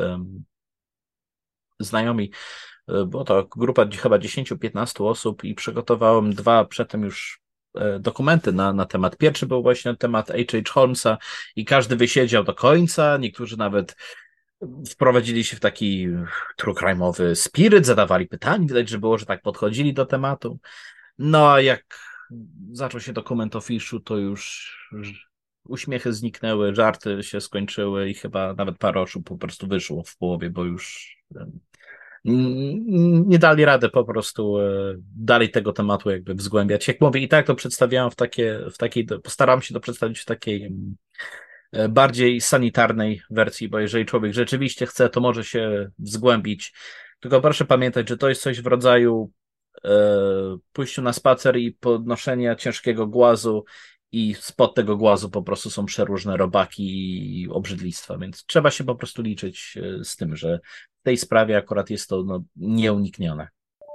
znajomi, było to grupa chyba 10-15 osób i przygotowałem dwa przedtem już dokumenty na temat. Pierwszy był właśnie na temat H.H. Holmesa i każdy wysiedział do końca, niektórzy nawet wprowadzili się w taki true crime'owy spiryt, zadawali pytań, widać, że było, że tak podchodzili do tematu. No a jak zaczął się dokument o Fiszu, to już uśmiechy zniknęły, żarty się skończyły i chyba nawet parę osób po prostu wyszło w połowie, bo już nie dali rady po prostu dalej tego tematu jakby wzgłębiać. Jak mówię, i tak to przedstawiałem w takiej, postaram się to przedstawić w takiej bardziej sanitarnej wersji, bo jeżeli człowiek rzeczywiście chce, to może się wzgłębić. Tylko proszę pamiętać, że to jest coś w rodzaju pójściu na spacer i podnoszenia ciężkiego głazu i spod tego głazu po prostu są przeróżne robaki i obrzydlistwa, więc trzeba się po prostu liczyć z tym, że w tej sprawie akurat jest to nieuniknione.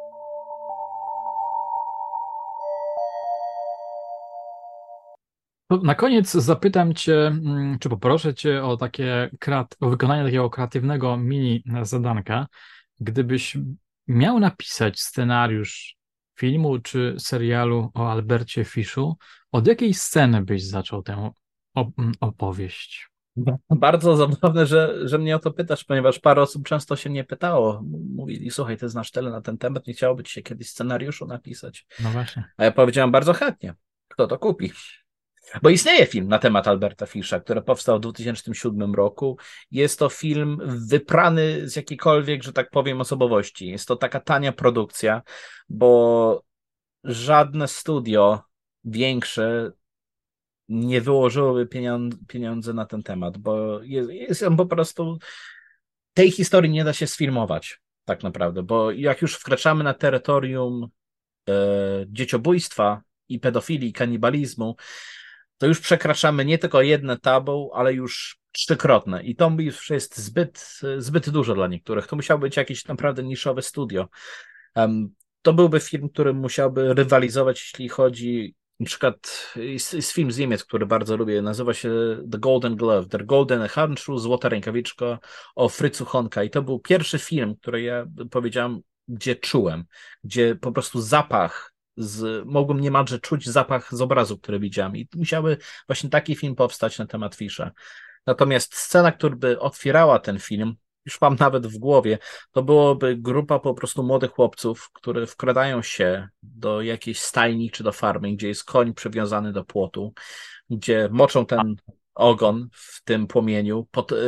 To na koniec zapytam Cię, czy poproszę Cię o o wykonanie takiego kreatywnego mini zadanka. Gdybyś miał napisać scenariusz filmu czy serialu o Albercie Fiszu, od jakiej sceny byś zaczął tę opowieść? Bardzo zabawne, że mnie o to pytasz, ponieważ parę osób często się nie pytało. Mówili, słuchaj, ty znasz tyle na ten temat, nie chciałoby ci się kiedyś scenariuszu napisać. No właśnie. A ja powiedziałem bardzo chętnie. Kto to kupi? Bo istnieje film na temat Alberta Fisha, który powstał w 2007 roku. Jest to film wyprany z jakiejkolwiek, że tak powiem, osobowości. Jest to taka tania produkcja, bo żadne studio większe nie wyłożyłoby pieniądze na ten temat, bo jest on po prostu. Tej historii nie da się sfilmować, tak naprawdę, bo jak już wkraczamy na terytorium dzieciobójstwa i pedofilii, i kanibalizmu, to już przekraczamy nie tylko jedno tabu, ale już trzykrotne. I to już jest zbyt dużo dla niektórych. To musiało być jakieś naprawdę niszowe studio. To byłby film, który musiałby rywalizować, jeśli chodzi. Na przykład jest film z Niemiec, który bardzo lubię, nazywa się The Golden Glove, The Golden Handschuh, Złota Rękawiczka o Frycu Honka. I to był pierwszy film, który ja powiedziałem, gdzie czułem, gdzie po prostu mogłem niemalże czuć zapach z obrazu, który widziałem. I musiałby właśnie taki film powstać na temat Fisha. Natomiast scena, która by otwierała ten film, już mam nawet w głowie, to byłoby grupa po prostu młodych chłopców, które wkradają się do jakiejś stajni czy do farmy, gdzie jest koń przywiązany do płotu, gdzie moczą ten ogon w tym płomieniu,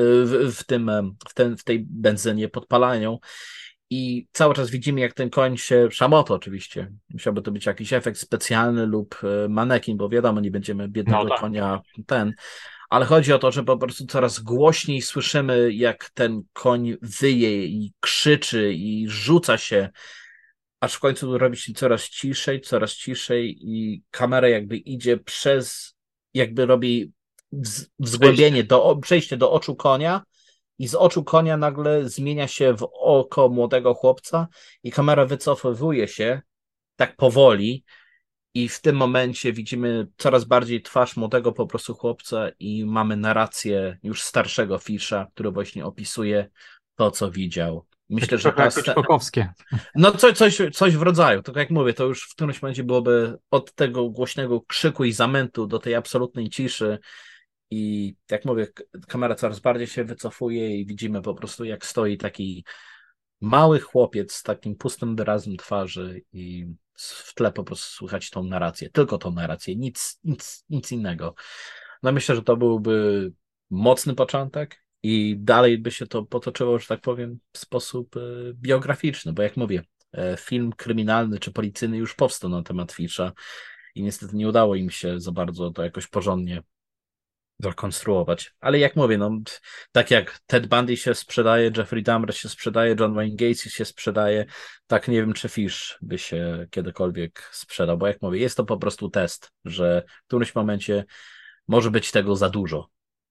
w tej benzynie, podpalają i cały czas widzimy, jak ten koń się szamota oczywiście. Musiałby to być jakiś efekt specjalny lub manekin, bo wiadomo, nie będziemy No biednego tak. konia ale chodzi o to, że po prostu coraz głośniej słyszymy, jak ten koń wyje i krzyczy i rzuca się, aż w końcu robi się coraz ciszej i kamera jakby idzie jakby robi wzgłębienie, przejście do oczu konia i z oczu konia nagle zmienia się w oko młodego chłopca i kamera wycofuje się tak powoli i w tym momencie widzimy coraz bardziej twarz młodego po prostu chłopca i mamy narrację już starszego Fisha, który właśnie opisuje to, co widział. Myślę, że Trochę Hitchcockowskie. No coś w rodzaju, tylko jak mówię, to już w którymś momencie byłoby od tego głośnego krzyku i zamętu do tej absolutnej ciszy i jak mówię, kamera coraz bardziej się wycofuje i widzimy po prostu, jak stoi taki mały chłopiec z takim pustym wyrazem twarzy i w tle po prostu słychać tą narrację, tylko tą narrację, nic innego. No myślę, że to byłby mocny początek i dalej by się to potoczyło, że tak powiem, w sposób biograficzny, bo jak mówię, film kryminalny czy policyjny już powstał na temat Fisha i niestety nie udało im się za bardzo to jakoś porządnie zrekonstruować. Ale jak mówię, no, tak jak Ted Bundy się sprzedaje, Jeffrey Dahmer się sprzedaje, John Wayne Gacy się sprzedaje, tak nie wiem, czy Fish by się kiedykolwiek sprzedał, bo jak mówię, jest to po prostu test, że w którymś momencie może być tego za dużo.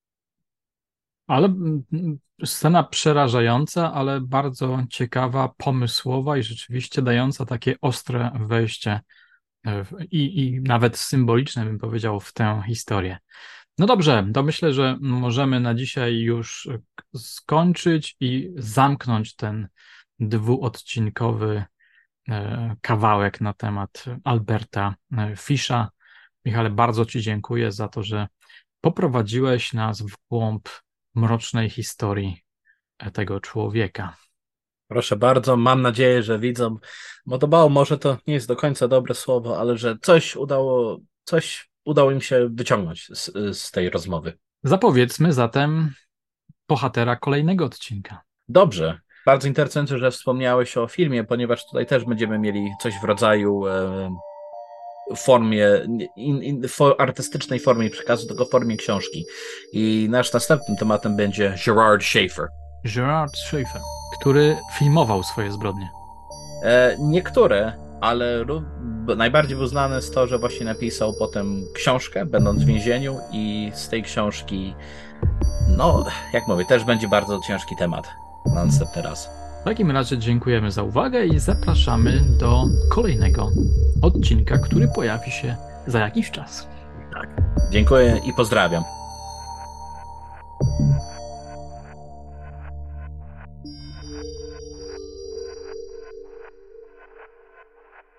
Ale scena przerażająca, ale bardzo ciekawa, pomysłowa i rzeczywiście dająca takie ostre wejście i nawet symboliczne, bym powiedział, w tę historię. No dobrze, to myślę, że możemy na dzisiaj już skończyć i zamknąć ten dwuodcinkowy kawałek na temat Alberta Fisha. Michale, bardzo Ci dziękuję za to, że poprowadziłeś nas w głąb mrocznej historii tego człowieka. Proszę bardzo, mam nadzieję, że widzom podobało, może to nie jest do końca dobre słowo, ale że coś udało im się wyciągnąć z tej rozmowy. Zapowiedzmy zatem bohatera kolejnego odcinka. Dobrze. Bardzo interesujące, że wspomniałeś o filmie, ponieważ tutaj też będziemy mieli coś w rodzaju formie, artystycznej formie przekazu, tylko w formie książki. I nasz następnym tematem będzie Gerard Schaefer. Gerard Schaefer, który filmował swoje zbrodnie. Niektóre, ale najbardziej był znany z to, że właśnie napisał potem książkę, będąc w więzieniu i z tej książki, no, jak mówię, też będzie bardzo ciężki temat na następny raz. W takim razie dziękujemy za uwagę i zapraszamy do kolejnego odcinka, który pojawi się za jakiś czas. Tak. Dziękuję i pozdrawiam.